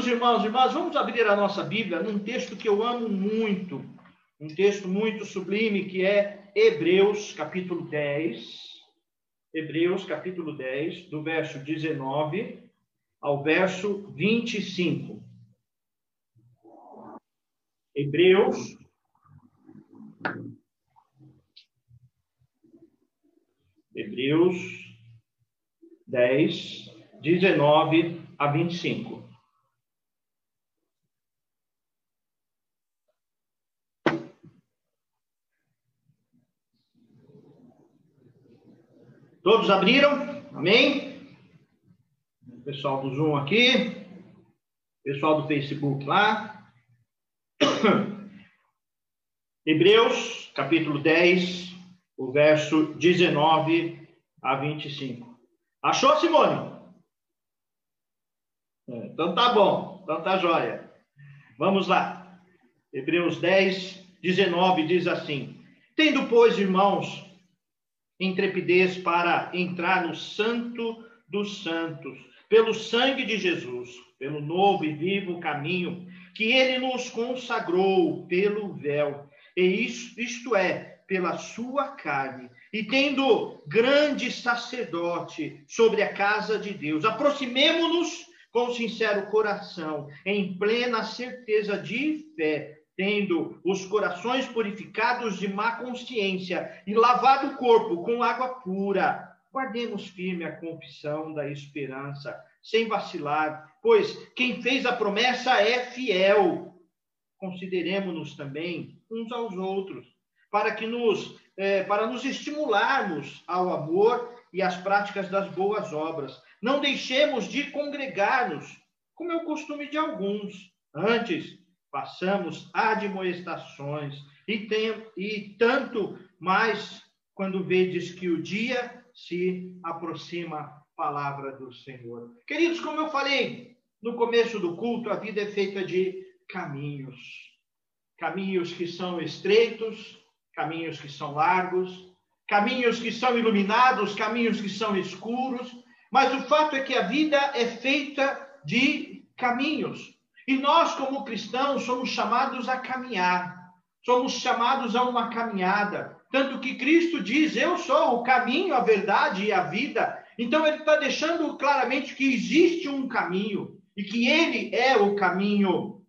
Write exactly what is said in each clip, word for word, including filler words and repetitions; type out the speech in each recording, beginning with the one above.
irmãos e irmãs, vamos abrir a nossa Bíblia num texto que eu amo muito, um texto muito sublime, que é Hebreus, capítulo dez. Hebreus, capítulo dez, do verso dezenove ao verso vinte e cinco. Hebreus, Hebreus dez, dezenove a vinte e cinco. Todos abriram? Amém? Pessoal do Zoom aqui, pessoal do Facebook lá. Hebreus, capítulo dez, o verso dezenove a vinte e cinco. Achou, Simone? Então tá bom, então tá jóia. Vamos lá. Hebreus dez, dezenove diz assim: Tendo, pois, irmãos, intrepidez para entrar no santo dos santos, pelo sangue de Jesus, pelo novo e vivo caminho que ele nos consagrou pelo véu, e isto, isto é, pela sua carne, e tendo grande sacerdote sobre a casa de Deus, aproximemo-nos com sincero coração, em plena certeza de fé, tendo os corações purificados de má consciência e lavado o corpo com água pura, guardemos firme a confissão da esperança, sem vacilar, pois quem fez a promessa é fiel. Consideremos-nos também uns aos outros, para que nos, eh, para nos estimularmos ao amor e às práticas das boas obras. Não deixemos de congregar-nos, como é o costume de alguns. Antes, passamos admoestações, e, tem, e tanto mais quando vedes que o dia se aproxima, palavra do Senhor. Queridos, como eu falei no começo do culto, a vida é feita de caminhos. Caminhos que são estreitos, caminhos que são largos, caminhos que são iluminados, caminhos que são escuros, mas o fato é que a vida é feita de caminhos. E nós, como cristãos, somos chamados a caminhar. Somos chamados a uma caminhada. Tanto que Cristo diz, eu sou o caminho, a verdade e a vida. Então, ele está deixando claramente que existe um caminho. E que ele é o caminho.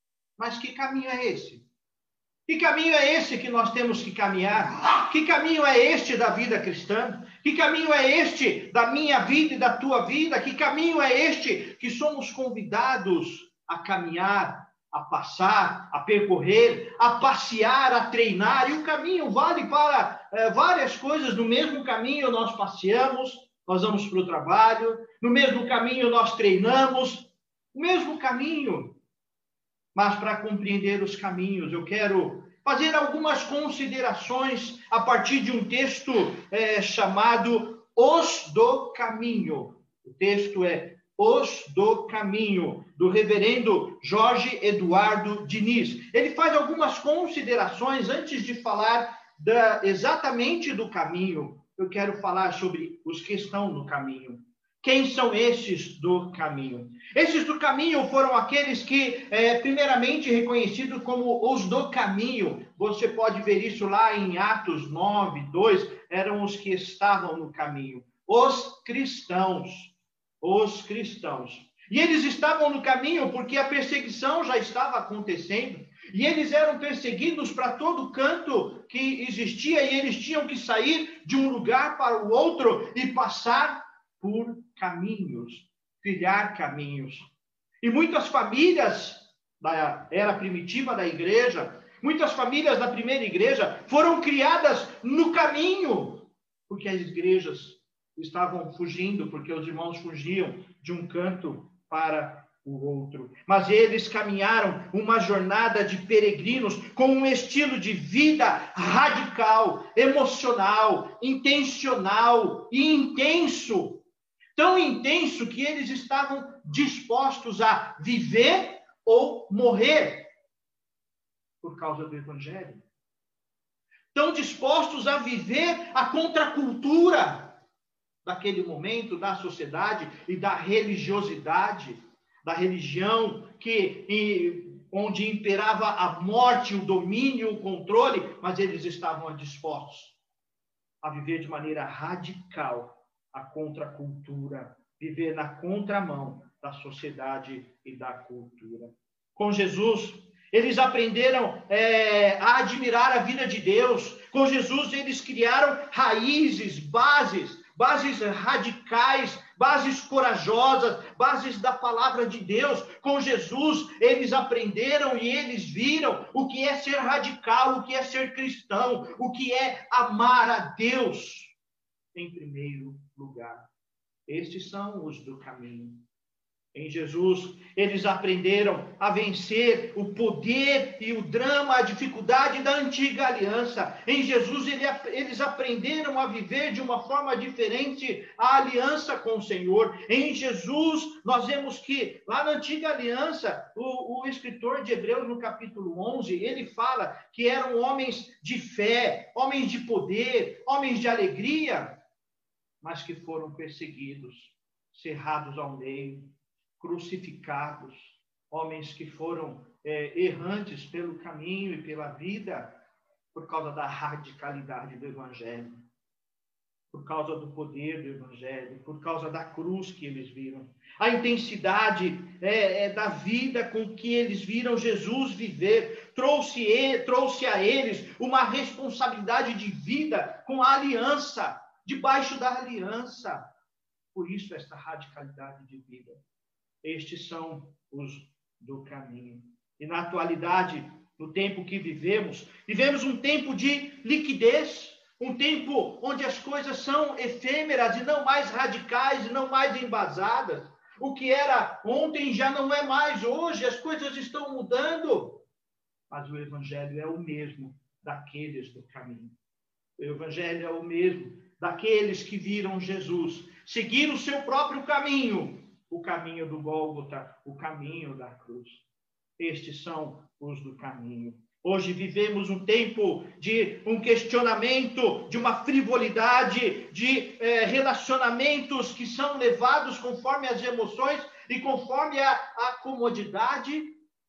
Mas que caminho é esse? Que caminho é esse que nós temos que caminhar? Que caminho é este da vida cristã? Que caminho é este da minha vida e da tua vida? Que caminho é este que somos convidados a caminhar, a passar, a percorrer, a passear, a treinar? E o caminho vale para é, várias coisas. No mesmo caminho nós passeamos, nós vamos para o trabalho, no mesmo caminho nós treinamos, o mesmo caminho. Mas para compreender os caminhos, eu quero fazer algumas considerações a partir de um texto é, chamado Os do Caminho. O texto é Os do Caminho, do reverendo Jorge Eduardo Diniz. Ele faz algumas considerações antes de falar da, exatamente do caminho. Eu quero falar sobre os que estão no caminho. Quem são esses do caminho? Esses do caminho foram aqueles que, é, primeiramente, reconhecidos como os do caminho. Você pode ver isso lá em Atos nove, dois, eram os que estavam no caminho. Os cristãos. Os cristãos. E eles estavam no caminho porque a perseguição já estava acontecendo. E eles eram perseguidos para todo canto que existia. E eles tinham que sair de um lugar para o outro e passar por caminhos, trilhar caminhos. E muitas famílias da era primitiva da igreja, muitas famílias da primeira igreja foram criadas no caminho, porque as igrejas estavam fugindo, porque os irmãos fugiam de um canto para o outro. Mas eles caminharam uma jornada de peregrinos com um estilo de vida radical, emocional, intencional e intenso. Tão intenso que eles estavam dispostos a viver ou morrer por causa do Evangelho. Tão dispostos a viver a contracultura daquele momento, da sociedade e da religiosidade, da religião que, e, onde imperava a morte, o domínio, o controle, mas eles estavam dispostos a viver de maneira radical a contracultura, viver na contramão da sociedade e da cultura. Com Jesus, eles aprenderam é, a admirar a vida de Deus. Com Jesus, eles criaram raízes, bases, bases radicais, bases corajosas, bases da palavra de Deus. Com Jesus, eles aprenderam e eles viram o que é ser radical, o que é ser cristão, o que é amar a Deus em primeiro lugar. Estes são os do caminho. Em Jesus, eles aprenderam a vencer o poder e o drama, a dificuldade da antiga aliança. Em Jesus, ele, eles aprenderam a viver de uma forma diferente a aliança com o Senhor. Em Jesus, nós vemos que, lá na antiga aliança, o, o escritor de Hebreus, no capítulo onze, ele fala que eram homens de fé, homens de poder, homens de alegria, mas que foram perseguidos, cerrados ao meio, crucificados, homens que foram é, errantes pelo caminho e pela vida por causa da radicalidade do Evangelho, por causa do poder do Evangelho, por causa da cruz que eles viram, a intensidade é, é, da vida com que eles viram Jesus viver, trouxe, ele, trouxe a eles uma responsabilidade de vida com a aliança, debaixo da aliança. Por isso, esta radicalidade de vida. Estes são os do caminho. E na atualidade, no tempo que vivemos, vivemos um tempo de liquidez, um tempo onde as coisas são efêmeras e não mais radicais e não mais embasadas. O que era ontem já não é mais hoje, as coisas estão mudando. Mas o Evangelho é o mesmo daqueles do caminho. O Evangelho é o mesmo daqueles que viram Jesus seguir o seu próprio caminho, o caminho do Gólgota, o caminho da cruz. Estes são os do caminho. Hoje vivemos um tempo de um questionamento, de uma frivolidade, de eh, relacionamentos que são levados conforme as emoções e conforme a, a comodidade.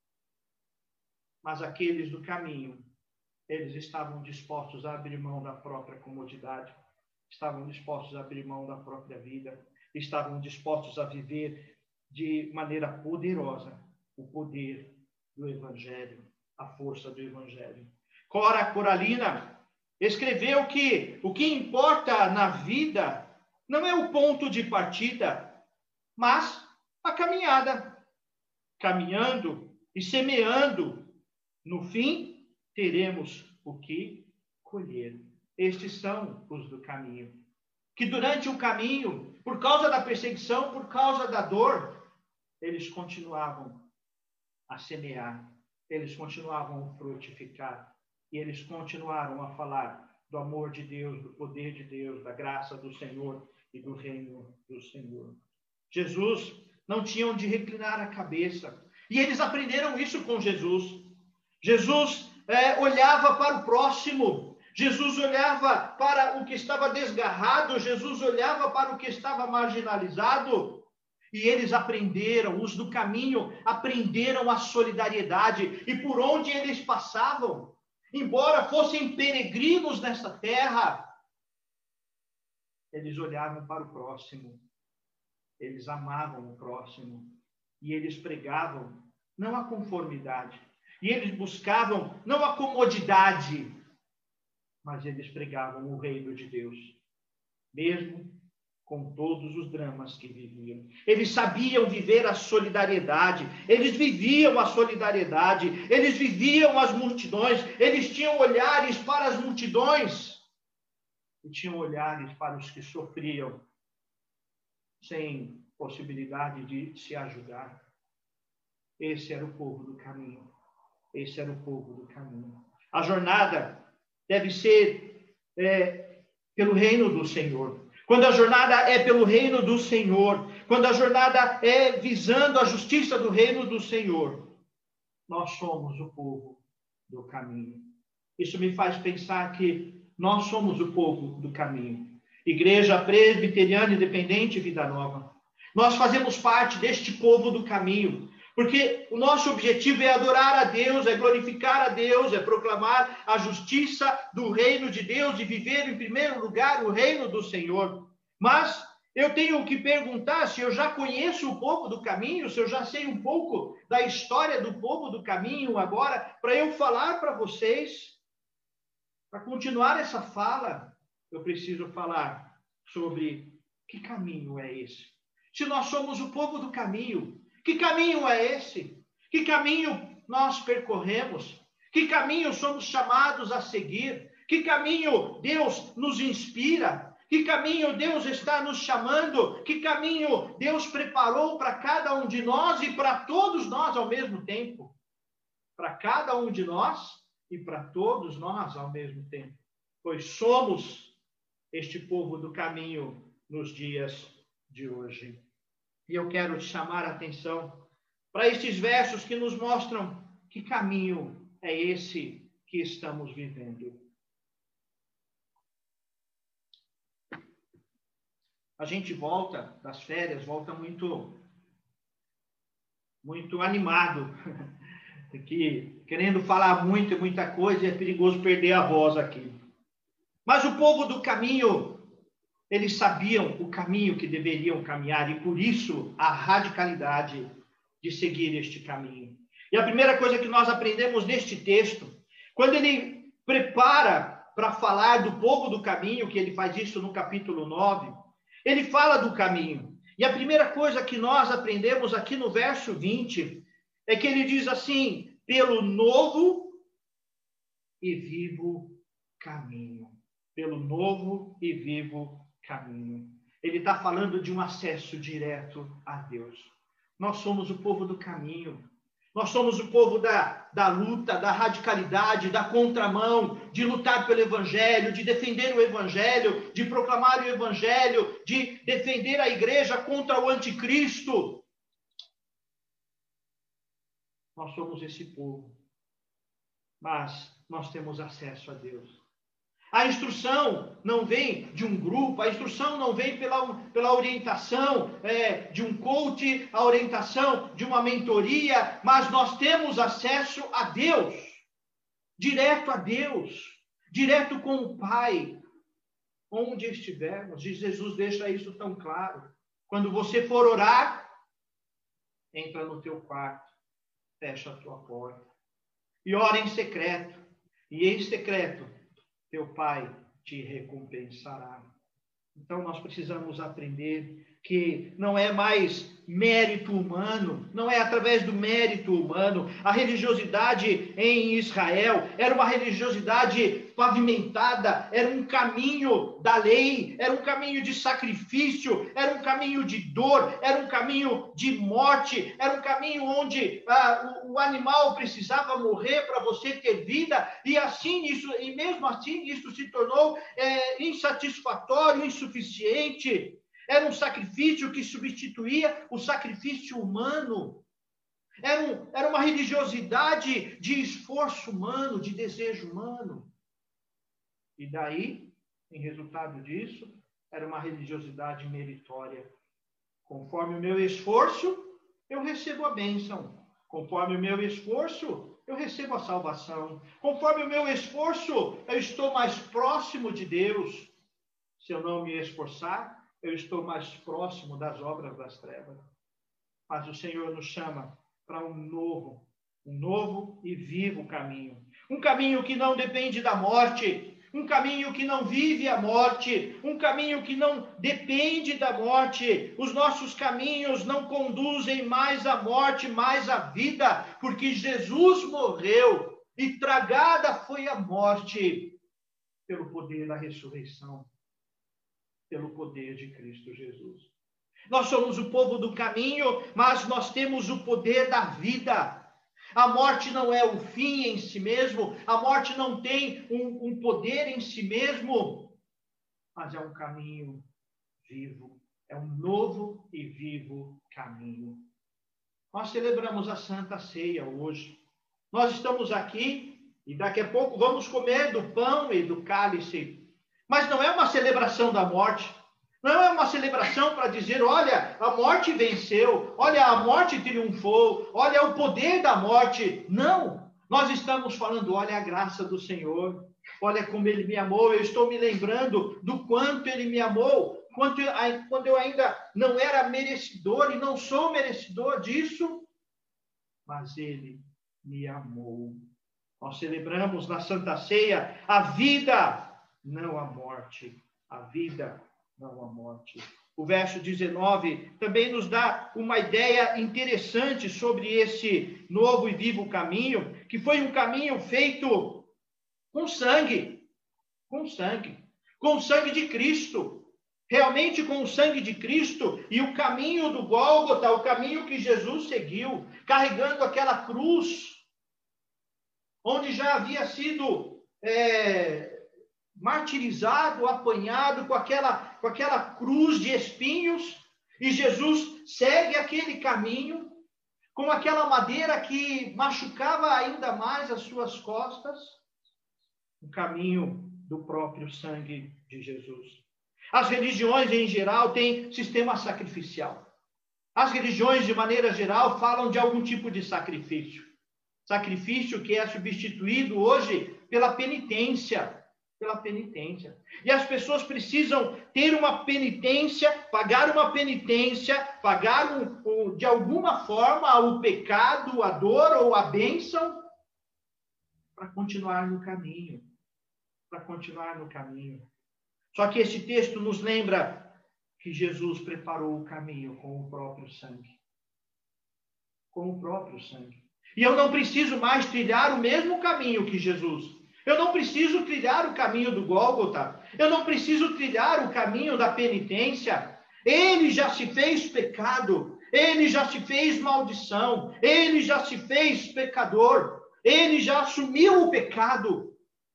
Mas aqueles do caminho, eles estavam dispostos a abrir mão da própria comodidade, estavam dispostos a abrir mão da própria vida, estavam dispostos a viver de maneira poderosa o poder do Evangelho, a força do Evangelho. Cora Coralina escreveu que o que importa na vida não é o ponto de partida, mas a caminhada. Caminhando e semeando, no fim, teremos o que colher. Estes são os do caminho. Que durante o caminho, por causa da perseguição, por causa da dor, eles continuavam a semear, eles continuavam a frutificar, e eles continuaram a falar do amor de Deus, do poder de Deus, da graça do Senhor e do reino do Senhor. Jesus não tinha onde reclinar a cabeça, e eles aprenderam isso com Jesus. Jesus é, olhava para o próximo, Jesus olhava para o que estava desgarrado, Jesus olhava para o que estava marginalizado, e eles aprenderam, os do caminho aprenderam a solidariedade, e por onde eles passavam, embora fossem peregrinos nesta terra, eles olhavam para o próximo, eles amavam o próximo, e eles pregavam não a conformidade, e eles buscavam não a comodidade, mas eles pregavam o reino de Deus, mesmo com todos os dramas que viviam. Eles sabiam viver a solidariedade, eles viviam a solidariedade, eles viviam as multidões, eles tinham olhares para as multidões e tinham olhares para os que sofriam sem possibilidade de se ajudar. Esse era o povo do caminho. Esse era o povo do caminho. A jornada deve ser é, pelo reino do Senhor. Quando a jornada é pelo reino do Senhor, quando a jornada é visando a justiça do reino do Senhor, nós somos o povo do caminho. Isso me faz pensar que nós somos o povo do caminho. Igreja Presbiteriana Independente Vida Nova. Nós fazemos parte deste povo do caminho, porque o nosso objetivo é adorar a Deus, é glorificar a Deus, é proclamar a justiça do reino de Deus e viver em primeiro lugar o reino do Senhor. Mas eu tenho que perguntar se eu já conheço o povo do caminho, se eu já sei um pouco da história do povo do caminho agora, para eu falar para vocês, para continuar essa fala, eu preciso falar sobre que caminho é esse. Se nós somos o povo do caminho, que caminho é esse? Que caminho nós percorremos? Que caminho somos chamados a seguir? Que caminho Deus nos inspira? Que caminho Deus está nos chamando? Que caminho Deus preparou para cada um de nós e para todos nós ao mesmo tempo? Para cada um de nós e para todos nós ao mesmo tempo. Pois somos este povo do caminho nos dias de hoje. E eu quero te chamar a atenção para estes versos que nos mostram que caminho é esse que estamos vivendo. A gente volta das férias, volta muito, muito animado, que, querendo falar muito e muita coisa, é perigoso perder a voz aqui. Mas o povo do caminho, eles sabiam o caminho que deveriam caminhar e por isso a radicalidade de seguir este caminho. E a primeira coisa que nós aprendemos neste texto, quando ele prepara para falar do povo do caminho, que ele faz isso no capítulo nove, ele fala do caminho. E a primeira coisa que nós aprendemos aqui no verso vinte é que ele diz assim: pelo novo e vivo caminho. Pelo novo e vivo caminho. Ele está falando de um acesso direto a Deus. Nós somos o povo do caminho. Nós somos o povo da, da luta, da radicalidade, da contramão, de lutar pelo Evangelho, de defender o Evangelho, de proclamar o Evangelho, de defender a igreja contra o anticristo. Nós somos esse povo. Mas nós temos acesso a Deus. A instrução não vem de um grupo, a instrução não vem pela, pela orientação é, de um coach, a orientação de uma mentoria, mas nós temos acesso a Deus, direto a Deus, direto com o Pai, onde estivermos. E Jesus deixa isso tão claro. Quando você for orar, entra no teu quarto, fecha a tua porta e ora em secreto, e em secreto teu Pai te recompensará. Então, nós precisamos aprender que não é mais mérito humano, não é através do mérito humano. A religiosidade em Israel era uma religiosidade pavimentada, era um caminho da lei, era um caminho de sacrifício, era um caminho de dor, era um caminho de morte, era um caminho onde ah, o, o animal precisava morrer para você ter vida, e assim isso, e mesmo assim isso se tornou é, insatisfatório, insuficiente. Era um sacrifício que substituía o sacrifício humano. Era, um, era uma religiosidade de esforço humano, de desejo humano. E daí, em resultado disso, era uma religiosidade meritória. Conforme o meu esforço, eu recebo a bênção. Conforme o meu esforço, eu recebo a salvação. Conforme o meu esforço, eu estou mais próximo de Deus. Se eu não me esforçar, eu estou mais próximo das obras das trevas. Mas o Senhor nos chama para um novo, um novo e vivo caminho. Um caminho que não depende da morte, um caminho que não vive a morte, um caminho que não depende da morte. Os nossos caminhos não conduzem mais à morte, mais à vida, porque Jesus morreu e tragada foi a morte pelo poder da ressurreição. Pelo poder de Cristo Jesus. Nós somos o povo do caminho, mas nós temos o poder da vida. A morte não é o fim em si mesmo, a morte não tem um, um poder em si mesmo, mas é um caminho vivo, é um novo e vivo caminho. Nós celebramos a Santa Ceia hoje. Nós estamos aqui e daqui a pouco vamos comer do pão e do cálice. Mas não é uma celebração da morte, Não é uma celebração para dizer, olha, a morte venceu, olha, a morte triunfou, olha o poder da morte. Não, nós estamos falando, olha a graça do Senhor, olha como Ele me amou. Eu estou me lembrando do quanto Ele me amou, quando eu, quando eu ainda não era merecedor e não sou merecedor disso, mas Ele me amou. Nós celebramos na Santa Ceia a vida, não a morte, a vida não a morte. O verso dezenove também nos dá uma ideia interessante sobre esse novo e vivo caminho, que foi um caminho feito com sangue, com sangue, com o sangue de Cristo, realmente com o sangue de Cristo, e o caminho do Gólgota, o caminho que Jesus seguiu, carregando aquela cruz, onde já havia sido é, martirizado, apanhado com aquela, com aquela cruz de espinhos, e Jesus segue aquele caminho, com aquela madeira que machucava ainda mais as suas costas, o caminho do próprio sangue de Jesus. As religiões, em geral, têm sistema sacrificial. As religiões, de maneira geral, falam de algum tipo de sacrifício. Sacrifício que é substituído hoje pela penitência. Pela penitência. E as pessoas precisam ter uma penitência, pagar uma penitência, pagar um, um, de alguma forma o pecado, a dor ou a bênção, para continuar no caminho. Para continuar no caminho. Só que esse texto nos lembra que Jesus preparou o caminho com o próprio sangue. Com o próprio sangue. E eu não preciso mais trilhar o mesmo caminho que Jesus. Eu não preciso trilhar o caminho do Gólgota. Eu não preciso trilhar o caminho da penitência. Ele já se fez pecado. Ele já se fez maldição. Ele já se fez pecador. Ele já assumiu o pecado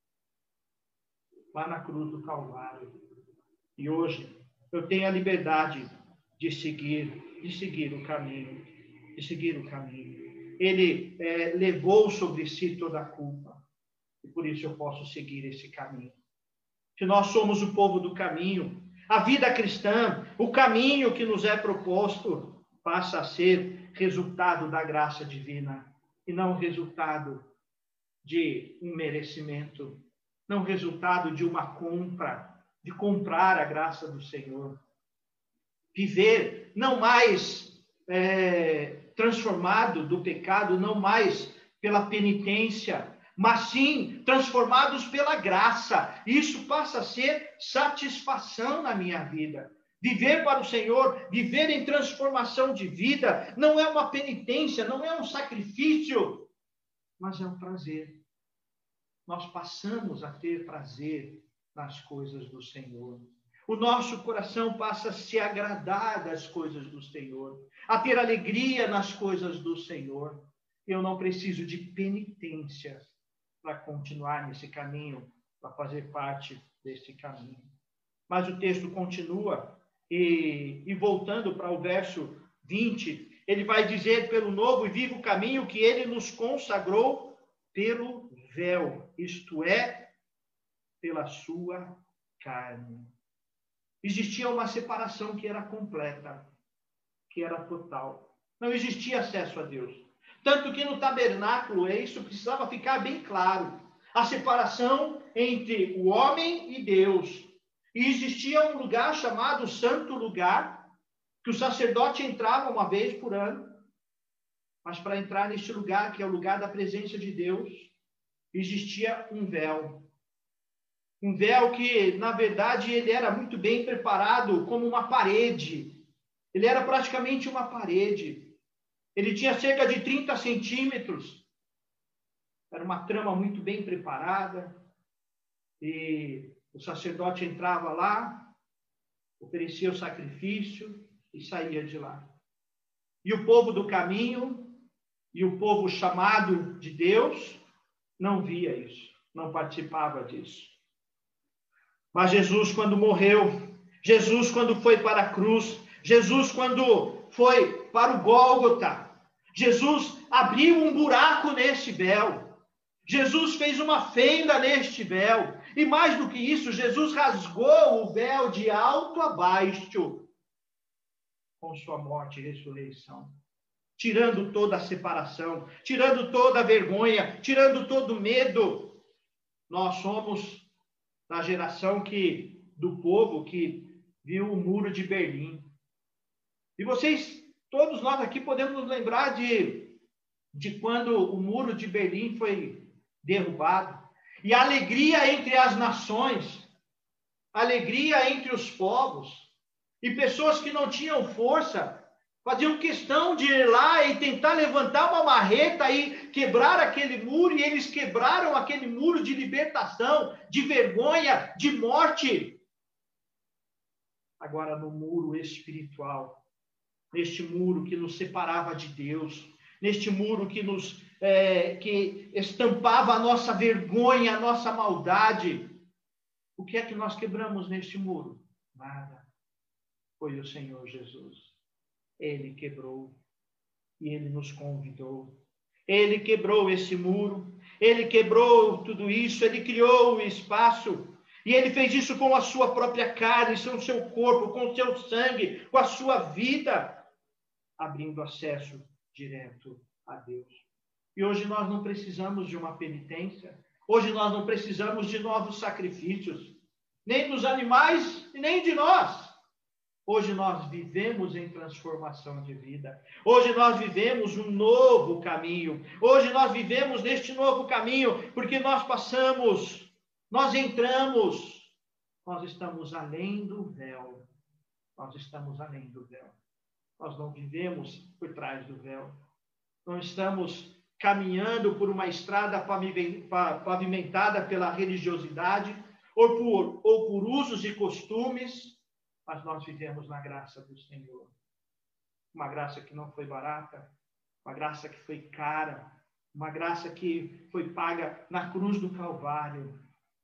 lá na cruz do Calvário. E hoje eu tenho a liberdade de seguir, de seguir o caminho, de seguir o caminho. Ele é, levou sobre si toda a culpa. E por isso eu posso seguir esse caminho. Se nós somos o povo do caminho, a vida cristã, o caminho que nos é proposto, passa a ser resultado da graça divina e não resultado de um merecimento, não resultado de uma compra, de comprar a graça do Senhor. Viver não mais é, transformado do pecado, não mais pela penitência, mas sim transformados pela graça. Isso passa a ser satisfação na minha vida. Viver para o Senhor, viver em transformação de vida, não é uma penitência, não é um sacrifício, mas é um prazer. Nós passamos a ter prazer nas coisas do Senhor. O nosso coração passa a se agradar das coisas do Senhor, a ter alegria nas coisas do Senhor. Eu não preciso de penitência para continuar nesse caminho, para fazer parte desse caminho. Mas o texto continua, e, e voltando para o verso vinte, ele vai dizer pelo novo e vivo caminho que ele nos consagrou pelo véu, isto é, pela sua carne. Existia uma separação que era completa, que era total. Não existia acesso a Deus. Tanto que no tabernáculo isso precisava ficar bem claro. A separação entre o homem e Deus. E existia um lugar chamado Santo Lugar, que o sacerdote entrava uma vez por ano. Mas para entrar neste lugar, que é o lugar da presença de Deus, existia um véu. Um véu que, na verdade, ele era muito bem preparado como uma parede. Ele era praticamente uma parede. Ele tinha cerca de trinta centímetros. Era uma trama muito bem preparada. E o sacerdote entrava lá, oferecia o sacrifício e saía de lá. E o povo do caminho, e o povo chamado de Deus, não via isso, não participava disso. Mas Jesus, quando morreu, Jesus, quando foi para a cruz, Jesus, quando foi para o Gólgota, Jesus abriu um buraco neste véu. Jesus fez uma fenda neste véu. E mais do que isso, Jesus rasgou o véu de alto a baixo com sua morte e ressurreição, tirando toda a separação, tirando toda a vergonha, tirando todo o medo. Nós somos da geração que, do povo que viu o muro de Berlim. E vocês, todos nós aqui podemos nos lembrar de, de quando o muro de Berlim foi derrubado. E a alegria entre as nações, a alegria entre os povos, e pessoas que não tinham força, faziam questão de ir lá e tentar levantar uma marreta e quebrar aquele muro, e eles quebraram aquele muro de libertação, de vergonha, de morte. Agora, no muro espiritual, neste muro que nos separava de Deus, neste muro que nos é, que estampava a nossa vergonha, a nossa maldade, o que é que nós quebramos neste muro? Nada. Foi o Senhor Jesus. Ele quebrou e Ele nos convidou. Ele quebrou esse muro, Ele quebrou tudo isso, Ele criou o espaço, e Ele fez isso com a sua própria carne, com o seu corpo, com o seu sangue, com a sua vida, abrindo acesso direto a Deus. E hoje nós não precisamos de uma penitência, hoje nós não precisamos de novos sacrifícios, nem dos animais e nem de nós. Hoje nós vivemos em transformação de vida. Hoje nós vivemos um novo caminho. Hoje nós vivemos neste novo caminho porque nós passamos, nós entramos, nós estamos além do véu. Nós estamos além do véu. Nós não vivemos por trás do véu. Não estamos caminhando por uma estrada pavimentada pela religiosidade ou por, ou por usos e costumes, mas nós vivemos na graça do Senhor. Uma graça que não foi barata, uma graça que foi cara, uma graça que foi paga na cruz do Calvário.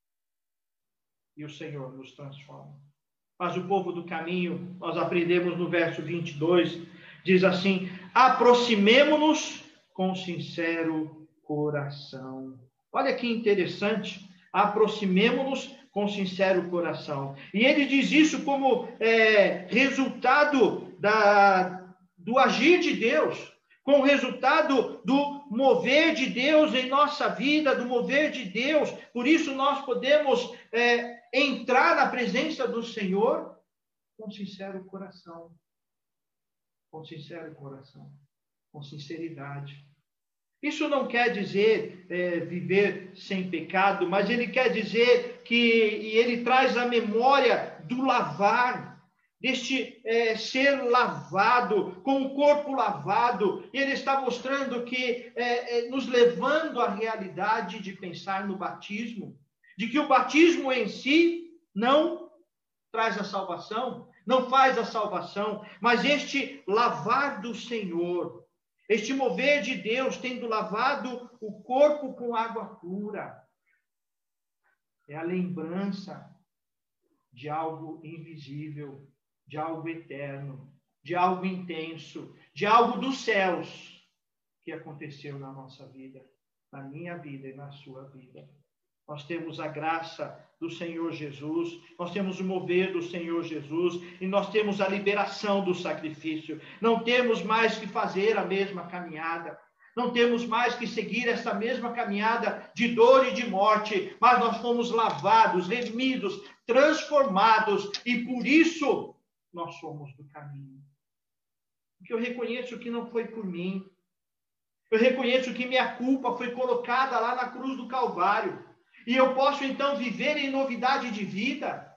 E o Senhor nos transforma. Mas o povo do caminho, nós aprendemos no verso vinte e dois, diz assim: aproximemo-nos com sincero coração. Olha que interessante, aproximemo-nos com sincero coração. E ele diz isso como é, resultado da, do agir de Deus, com o resultado do mover de Deus em nossa vida, do mover de Deus. Por isso nós podemos é, entrar na presença do Senhor com sincero coração. Com sincero coração. Com sinceridade. Isso não quer dizer é, viver sem pecado, mas ele quer dizer que e ele traz a memória do lavar, deste é, ser lavado, com o corpo lavado. E ele está mostrando que, é, é, nos levando à realidade de pensar no batismo, de que o batismo em si não traz a salvação, não faz a salvação, mas este lavar do Senhor, este mover de Deus, tendo lavado o corpo com água pura, é a lembrança de algo invisível, de algo eterno, de algo intenso, de algo dos céus que aconteceu na nossa vida, na minha vida e na sua vida. Nós temos a graça do Senhor Jesus, nós temos o mover do Senhor Jesus e nós temos a liberação do sacrifício. Não temos mais que fazer a mesma caminhada, não temos mais que seguir essa mesma caminhada de dor e de morte, mas nós fomos lavados, remidos, transformados e por isso nós somos do caminho. Porque eu reconheço que não foi por mim, eu reconheço que minha culpa foi colocada lá na cruz do Calvário. E eu posso, então, viver em novidade de vida.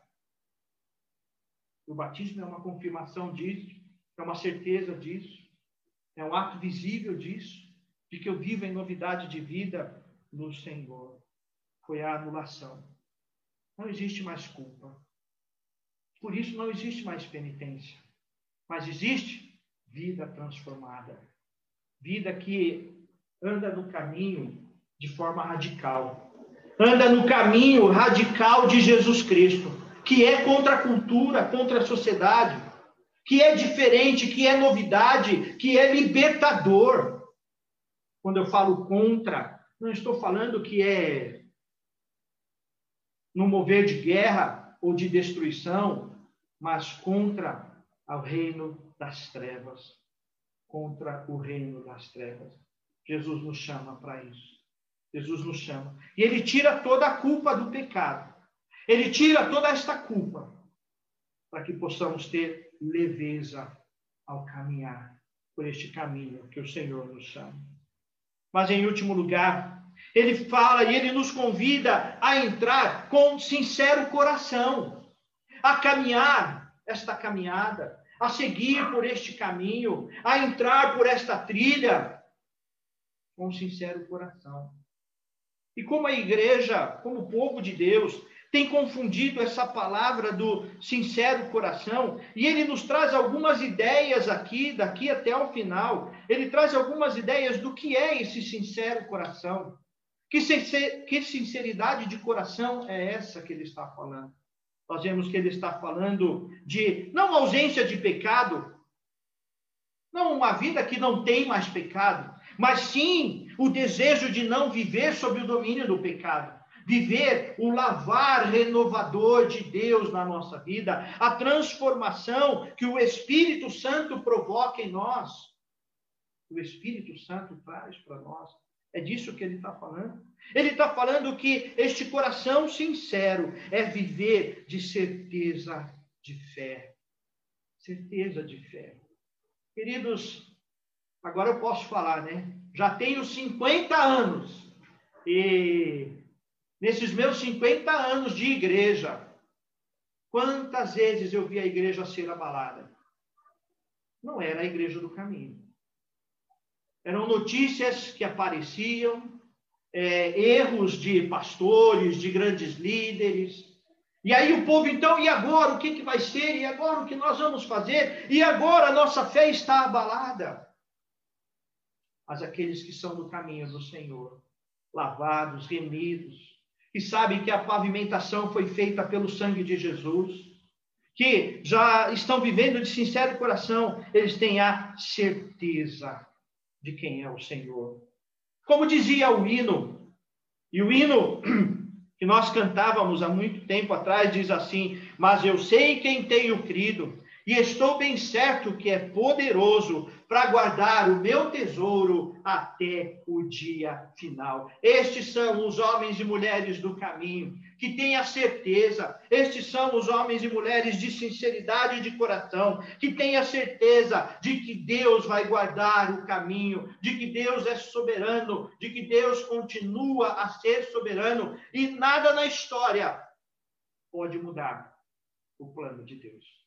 O batismo é uma confirmação disso, é uma certeza disso, é um ato visível disso, de que eu vivo em novidade de vida no Senhor. Foi a anulação. Não existe mais culpa. Por isso não existe mais penitência. Mas existe vida transformada. Vida que anda no caminho de forma radical. Anda no caminho radical de Jesus Cristo, que é contra a cultura, contra a sociedade, que é diferente, que é novidade, que é libertador. Quando eu falo contra, não estou falando que é no mover de guerra ou de destruição, mas contra o reino das trevas. Contra o reino das trevas. Jesus nos chama para isso. Jesus nos chama. E ele tira toda a culpa do pecado. Ele tira toda esta culpa para que possamos ter leveza ao caminhar por este caminho que o Senhor nos chama. Mas, em último lugar, ele fala e ele nos convida a entrar com sincero coração, a caminhar esta caminhada, a seguir por este caminho, a entrar por esta trilha com sincero coração. E como a igreja, como o povo de Deus, tem confundido essa palavra do sincero coração, e ele nos traz algumas ideias aqui, daqui até o final, ele traz algumas ideias do que é esse sincero coração. Que, sincer, que sinceridade de coração é essa que ele está falando? Nós vemos que ele está falando de, não ausência de pecado, não uma vida que não tem mais pecado, mas sim o desejo de não viver sob o domínio do pecado. Viver o lavar renovador de Deus na nossa vida, a transformação que o Espírito Santo provoca em nós. O Espírito Santo traz para nós. É disso que ele está falando. Ele está falando que este coração sincero é viver de certeza de fé. Certeza de fé. Queridos, agora eu posso falar, né? Já tenho cinquenta anos e nesses meus cinquenta anos de igreja, quantas vezes eu vi a igreja ser abalada? Não era a igreja do caminho. Eram notícias que apareciam, é, erros de pastores, de grandes líderes. E aí o povo, então, e agora? O que, que vai ser? E agora o que nós vamos fazer? E agora a nossa fé está abalada. Mas aqueles que são do caminho do Senhor, lavados, remidos, que sabem que a pavimentação foi feita pelo sangue de Jesus, que já estão vivendo de sincero coração, eles têm a certeza de quem é o Senhor. Como dizia o hino, e o hino que nós cantávamos há muito tempo atrás diz assim: mas eu sei quem tenho crido, e estou bem certo que é poderoso para guardar o meu tesouro até o dia final. Estes são os homens e mulheres do caminho, que têm a certeza. Estes são os homens e mulheres de sinceridade de coração, que têm a certeza de que Deus vai guardar o caminho, de que Deus é soberano, de que Deus continua a ser soberano, e nada na história pode mudar o plano de Deus.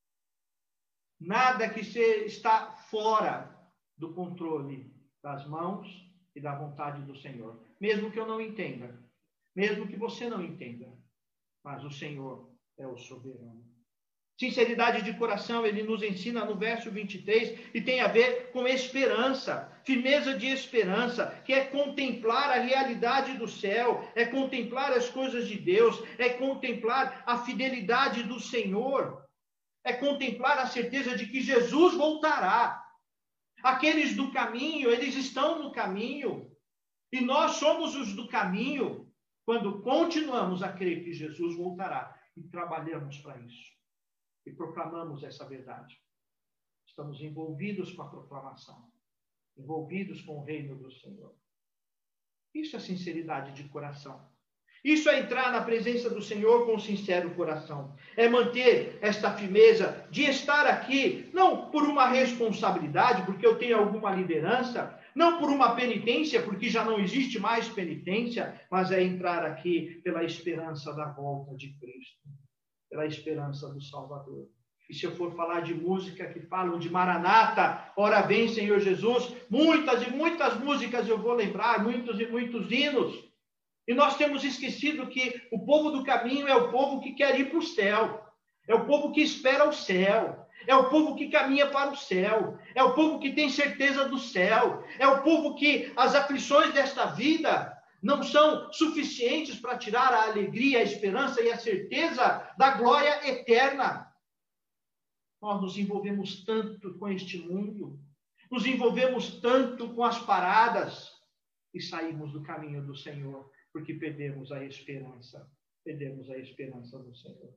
Nada que está fora do controle das mãos e da vontade do Senhor. Mesmo que eu não entenda, mesmo que você não entenda, mas o Senhor é o soberano. Sinceridade de coração, ele nos ensina no verso vinte e três, e tem a ver com esperança, firmeza de esperança, que é contemplar a realidade do céu, é contemplar as coisas de Deus, é contemplar a fidelidade do Senhor. É contemplar a certeza de que Jesus voltará. Aqueles do caminho, eles estão no caminho. E nós somos os do caminho quando continuamos a crer que Jesus voltará e trabalhamos para isso. E proclamamos essa verdade. Estamos envolvidos com a proclamação. Envolvidos com o reino do Senhor. Isso é sinceridade de coração. Isso é entrar na presença do Senhor com sincero coração. É manter esta firmeza de estar aqui, não por uma responsabilidade, porque eu tenho alguma liderança, não por uma penitência, porque já não existe mais penitência, mas é entrar aqui pela esperança da volta de Cristo, pela esperança do Salvador. E se eu for falar de música que falam de Maranata, ora vem Senhor Jesus, muitas e muitas músicas eu vou lembrar, muitos e muitos hinos. E nós temos esquecido que o povo do caminho é o povo que quer ir para o céu. É o povo que espera o céu. É o povo que caminha para o céu. É o povo que tem certeza do céu. É o povo que as aflições desta vida não são suficientes para tirar a alegria, a esperança e a certeza da glória eterna. Nós nos envolvemos tanto com este mundo. Nos envolvemos tanto com as paradas. E saímos do caminho do Senhor. Porque perdemos a esperança. perdemos a esperança no Senhor.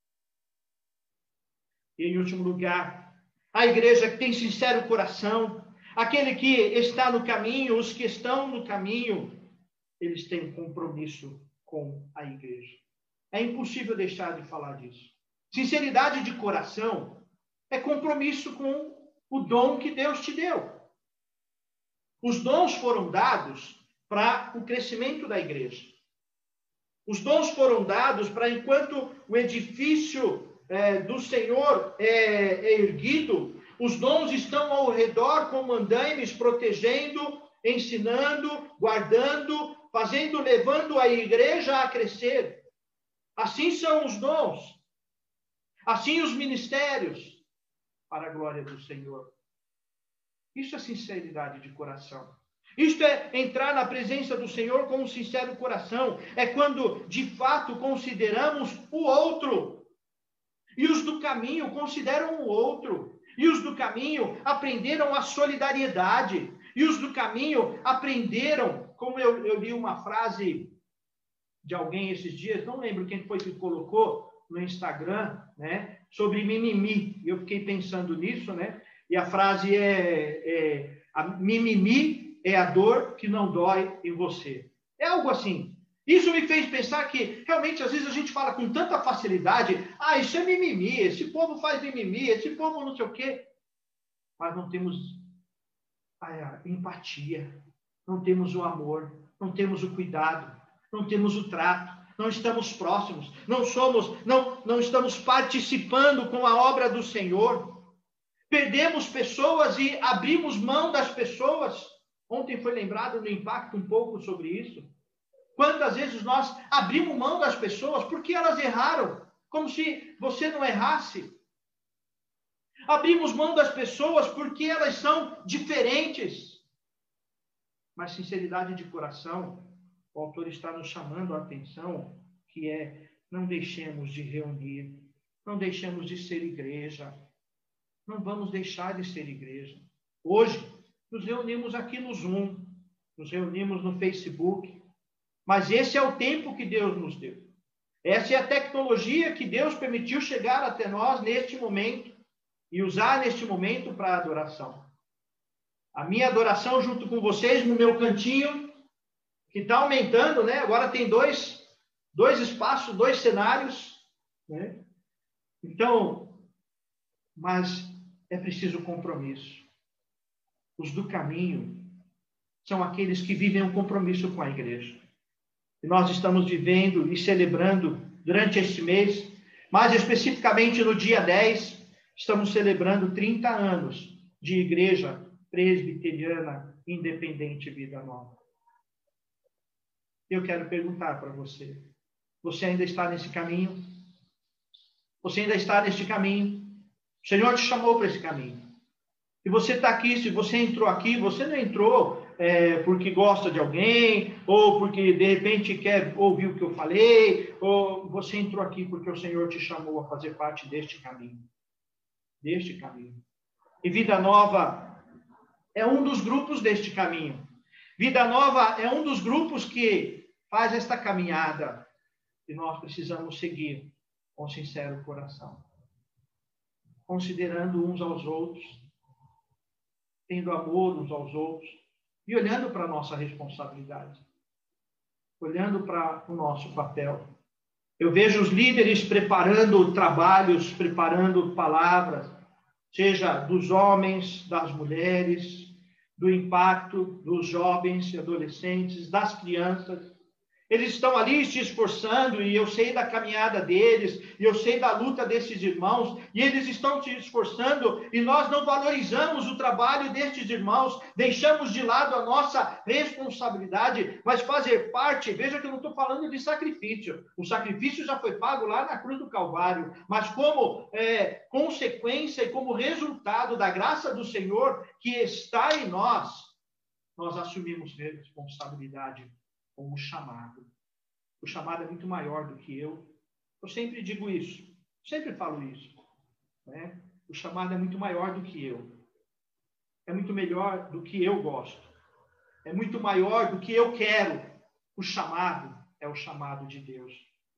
E, em último lugar, a igreja que tem sincero coração, aquele que está no caminho, os que estão no caminho, eles têm um compromisso com a igreja. É impossível deixar de falar disso. Sinceridade de coração é compromisso com o dom que Deus te deu. Os dons foram dados para o crescimento da igreja. Os dons foram dados para, enquanto o edifício é, do Senhor é, é erguido, os dons estão ao redor como andaimes, protegendo, ensinando, guardando, fazendo, levando a igreja a crescer. Assim são os dons. Assim os ministérios, para a glória do Senhor. Isso é sinceridade de coração. Isto é entrar na presença do Senhor com um sincero coração. É quando, de fato, consideramos o outro. E os do caminho consideram o outro. E os do caminho aprenderam a solidariedade. E os do caminho aprenderam, como eu, eu li uma frase de alguém esses dias, não lembro quem foi que colocou no Instagram, né, sobre mimimi. Eu fiquei pensando nisso, né? E a frase é, é a mimimi é a dor que não dói em você. É algo assim. Isso me fez pensar que, realmente, às vezes a gente fala com tanta facilidade, ah, isso é mimimi, esse povo faz mimimi, esse povo não sei o quê. Mas não temos a empatia, não temos o amor, não temos o cuidado, não temos o trato, não estamos próximos, não somos, não, não estamos participando com a obra do Senhor. Perdemos pessoas e abrimos mão das pessoas. Ontem foi lembrado no impacto um pouco sobre isso. Quantas vezes nós abrimos mão das pessoas porque elas erraram, como se você não errasse. Abrimos mão das pessoas porque elas são diferentes. Mas sinceridade de coração, o autor está nos chamando a atenção, que é, não deixemos de reunir, não deixemos de ser igreja. Não vamos deixar de ser igreja. Hoje, nos reunimos aqui no Zoom, nos reunimos no Facebook, mas esse é o tempo que Deus nos deu. Essa é a tecnologia que Deus permitiu chegar até nós neste momento e usar neste momento para a adoração. A minha adoração junto com vocês no meu cantinho, que está aumentando, né? Agora tem dois, dois espaços, dois cenários, né? Então, mas é preciso compromisso. Os do caminho são aqueles que vivem um compromisso com a igreja. E nós estamos vivendo e celebrando durante este mês, mais especificamente no dia dez, estamos celebrando trinta anos de Igreja Presbiteriana Independente Vida Nova. Eu quero perguntar para você, você ainda está nesse caminho? Você ainda está neste caminho? O Senhor te chamou para esse caminho. E você está aqui, se você entrou aqui, você não entrou é, porque gosta de alguém, ou porque de repente quer ouvir o que eu falei, ou você entrou aqui porque o Senhor te chamou a fazer parte deste caminho. Deste caminho. E Vida Nova é um dos grupos deste caminho. Vida Nova é um dos grupos que faz esta caminhada. E nós precisamos seguir com sincero coração. Considerando uns aos outros, tendo amor uns aos outros e olhando para a nossa responsabilidade, olhando para o nosso papel. Eu vejo os líderes preparando trabalhos, preparando palavras, seja dos homens, das mulheres, do impacto dos jovens e adolescentes, das crianças. Eles estão ali se esforçando, e eu sei da caminhada deles, e eu sei da luta desses irmãos, e eles estão se esforçando, e nós não valorizamos o trabalho destes irmãos, deixamos de lado a nossa responsabilidade, mas fazer parte, veja que eu não estou falando de sacrifício, o sacrifício já foi pago lá na cruz do Calvário, mas como é, consequência e como resultado da graça do Senhor que está em nós, nós assumimos responsabilidade com o chamado. O chamado é muito maior do que eu. Eu sempre digo isso, sempre falo isso, né? O chamado é muito maior do que eu. É muito melhor do que eu gosto. É muito maior do que eu quero. O chamado é o chamado de Deus.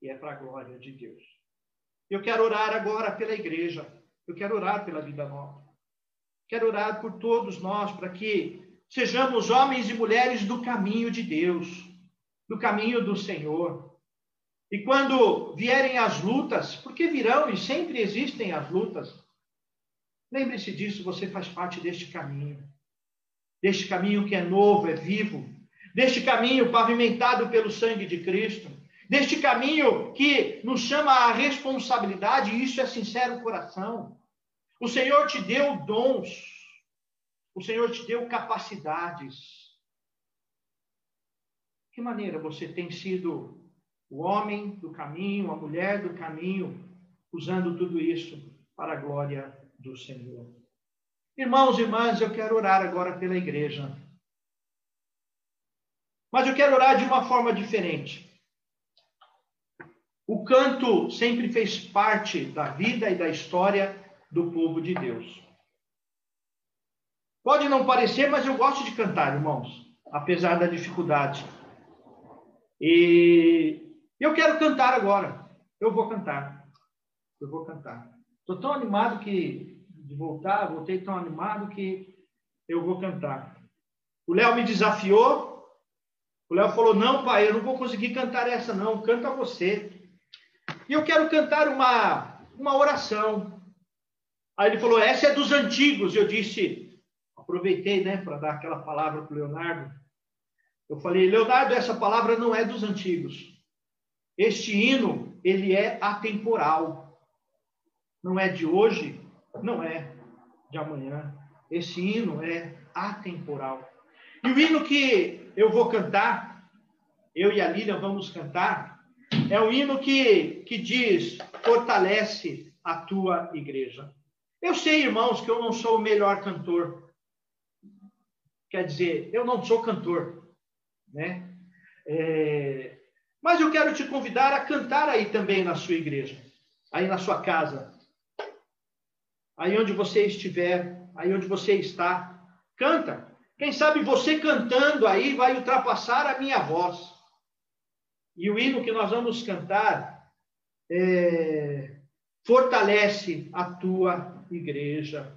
e é para a glória de Deus. Eu quero orar agora pela igreja, eu quero orar pela Vida Nova. Quero orar por todos nós, para que sejamos homens e mulheres do caminho de Deus, do caminho do Senhor. E quando vierem as lutas, porque virão e sempre existem as lutas, lembre-se disso, você faz parte deste caminho. Deste caminho que é novo, é vivo. Deste caminho pavimentado pelo sangue de Cristo. Deste caminho que nos chama à responsabilidade, e isso é sincero coração. O Senhor te deu dons. O Senhor te deu capacidades. De que maneira você tem sido o homem do caminho, a mulher do caminho, usando tudo isso para a glória do Senhor? Irmãos e irmãs, eu quero orar agora pela igreja. Mas eu quero orar de uma forma diferente. O canto sempre fez parte da vida e da história do povo de Deus. Pode não parecer, mas eu gosto de cantar, irmãos, apesar da dificuldade. E eu quero cantar agora. Eu vou cantar. Eu vou cantar. Estou tão animado que de voltar, voltei tão animado que eu vou cantar. O Léo me desafiou. O Léo falou, não, pai, eu não vou conseguir cantar essa, não. Canta você. E eu quero cantar uma, uma oração. Aí ele falou, essa é dos antigos. Eu disse, aproveitei, né, para dar aquela palavra para o Leonardo. Eu falei, Leonardo, essa palavra não é dos antigos. Este hino, ele é atemporal. Não é de hoje, não é de amanhã. Esse hino é atemporal. E o hino que eu vou cantar, eu e a Lilian vamos cantar, é um hino que, que diz, fortalece a tua igreja. Eu sei, irmãos, que eu não sou o melhor cantor. Quer dizer, eu não sou cantor, né? É, mas eu quero te convidar a cantar aí também na sua igreja, aí na sua casa, aí onde você estiver, aí onde você está, canta. Quem sabe você cantando aí vai ultrapassar a minha voz. E o hino que nós vamos cantar é, fortalece a tua igreja.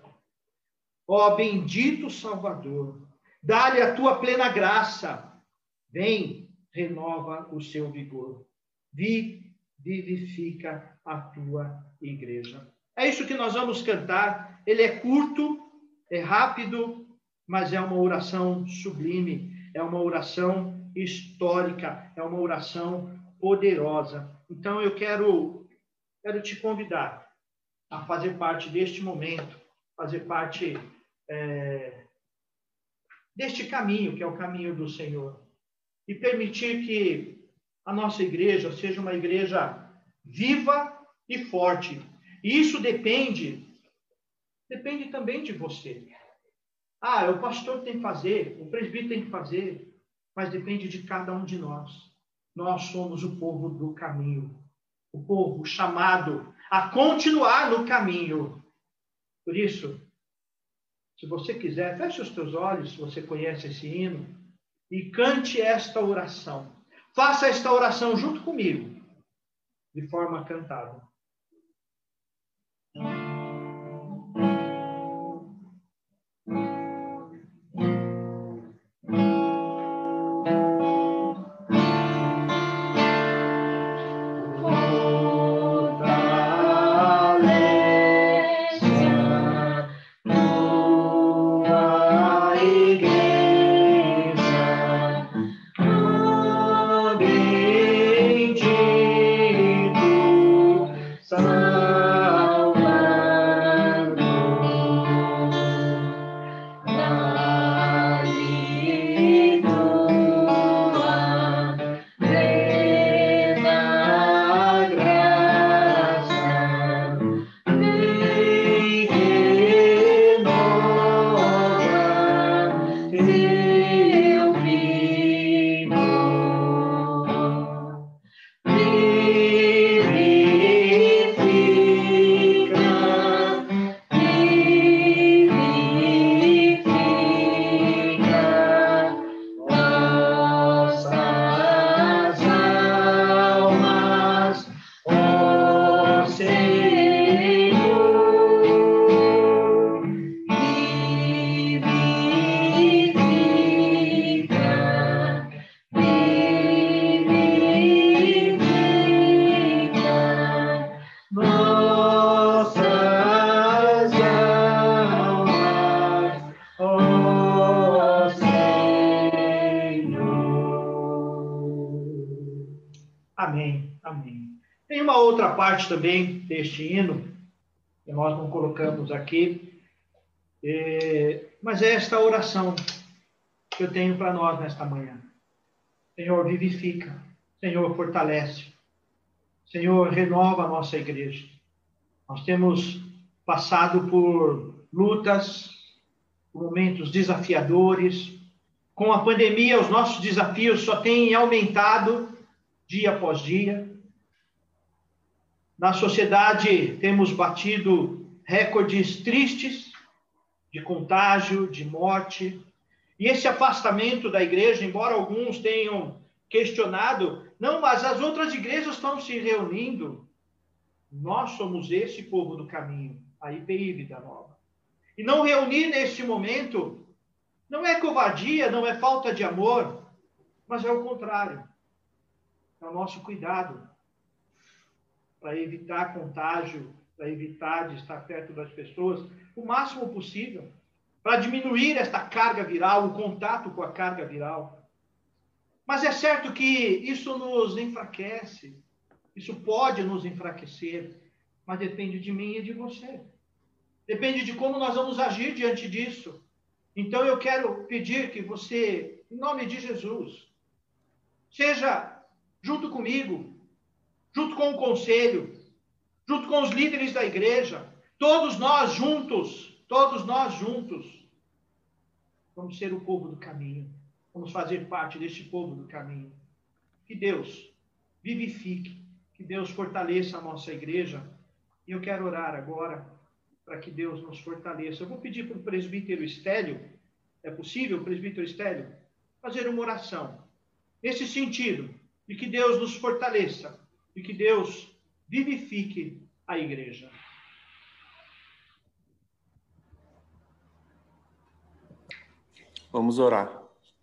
Ó bendito Salvador, dá-lhe a tua plena graça. Vem, renova o seu vigor. Vi, vivifica a tua igreja. É isso que nós vamos cantar. Ele é curto, é rápido, mas é uma oração sublime, é uma oração histórica, é uma oração poderosa. Então eu quero, quero te convidar a fazer parte deste momento, fazer parte é, deste caminho, que é o caminho do Senhor, e permitir que a nossa igreja seja uma igreja viva e forte. E isso depende, depende também de você. Ah, o pastor tem que fazer, o presbítero tem que fazer, mas depende de cada um de nós. Nós somos o povo do caminho, o povo chamado a continuar no caminho. Por isso, se você quiser, feche os teus olhos, se você conhece esse hino, e cante esta oração. Faça esta oração junto comigo, de forma cantada. Amém, amém. Tem uma outra parte também deste hino, que nós não colocamos aqui, é, mas é esta oração que eu tenho para nós nesta manhã. Senhor, vivifica. Senhor, fortalece. Senhor, renova a nossa igreja. Nós temos passado por lutas, por momentos desafiadores. Com a pandemia, os nossos desafios só têm aumentado dia após dia. Na sociedade, temos batido recordes tristes de contágio, de morte. E esse afastamento da igreja, embora alguns tenham questionado, não, mas as outras igrejas estão se reunindo. Nós somos esse povo do caminho, a I P I Vida Nova. E não reunir neste momento não é covardia, não é falta de amor, mas é o contrário. É o nosso cuidado para evitar contágio, para evitar de estar perto das pessoas o máximo possível, para diminuir esta carga viral, o contato com a carga viral. Mas é certo que isso nos enfraquece, isso pode nos enfraquecer, mas depende de mim e de você. Depende de como nós vamos agir diante disso. Então eu quero pedir que você, em nome de Jesus, seja junto comigo, junto com o conselho, junto com os líderes da igreja, todos nós juntos, todos nós juntos, vamos ser o povo do caminho, vamos fazer parte deste povo do caminho. Que Deus vivifique, que Deus fortaleça a nossa igreja. E eu quero orar agora para que Deus nos fortaleça. Eu vou pedir para o presbítero Estélio, é possível, presbítero Estélio, fazer uma oração nesse sentido, de que Deus nos fortaleça e que Deus vivifique a igreja. Vamos orar.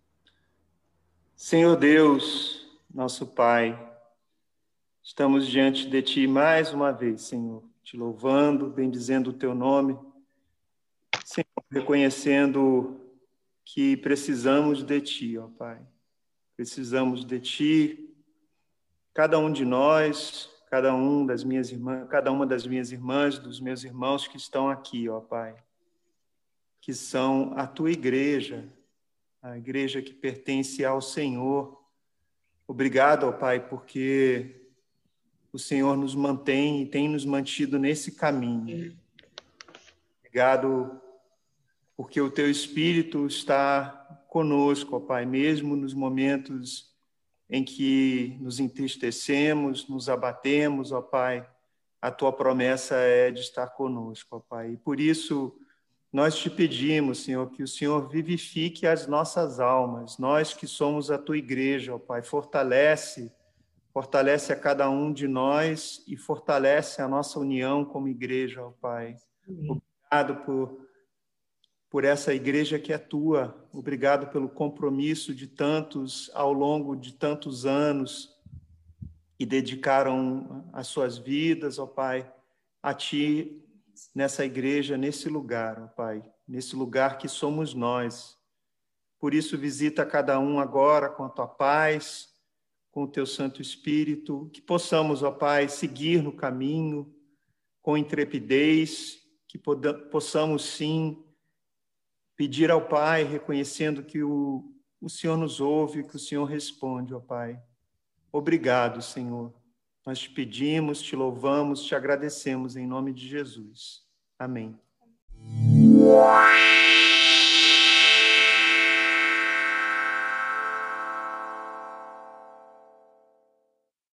Senhor Deus, nosso Pai, estamos diante de Ti mais uma vez, Senhor, te louvando, bendizendo o Teu nome, Senhor, reconhecendo que precisamos de Ti, ó Pai. Precisamos de Ti, cada um de nós, cada um das minhas irmãs, cada uma das minhas irmãs, dos meus irmãos que estão aqui, ó Pai, que são a Tua igreja, a igreja que pertence ao Senhor. Obrigado, ó Pai, porque o Senhor nos mantém e tem nos mantido nesse caminho. Obrigado porque o Teu Espírito está conosco, ó Pai, mesmo nos momentos em que nos entristecemos, nos abatemos, ó Pai, a Tua promessa é de estar conosco, ó Pai. E por isso nós te pedimos, Senhor, que o Senhor vivifique as nossas almas, nós que somos a Tua igreja, ó Pai, fortalece, fortalece a cada um de nós e fortalece a nossa união como igreja, ó Pai. Amém. Obrigado por por essa igreja que é Tua. Obrigado pelo compromisso de tantos ao longo de tantos anos que dedicaram as suas vidas, ó Pai, a Ti nessa igreja, nesse lugar, ó Pai, nesse lugar que somos nós. Por isso, visita cada um agora com a Tua paz, com o Teu Santo Espírito, que possamos, ó Pai, seguir no caminho com intrepidez, que possamos, sim, pedir ao Pai, reconhecendo que o, o Senhor nos ouve, que o Senhor responde, ó Pai. Obrigado, Senhor. Nós te pedimos, te louvamos, te agradecemos em nome de Jesus. Amém.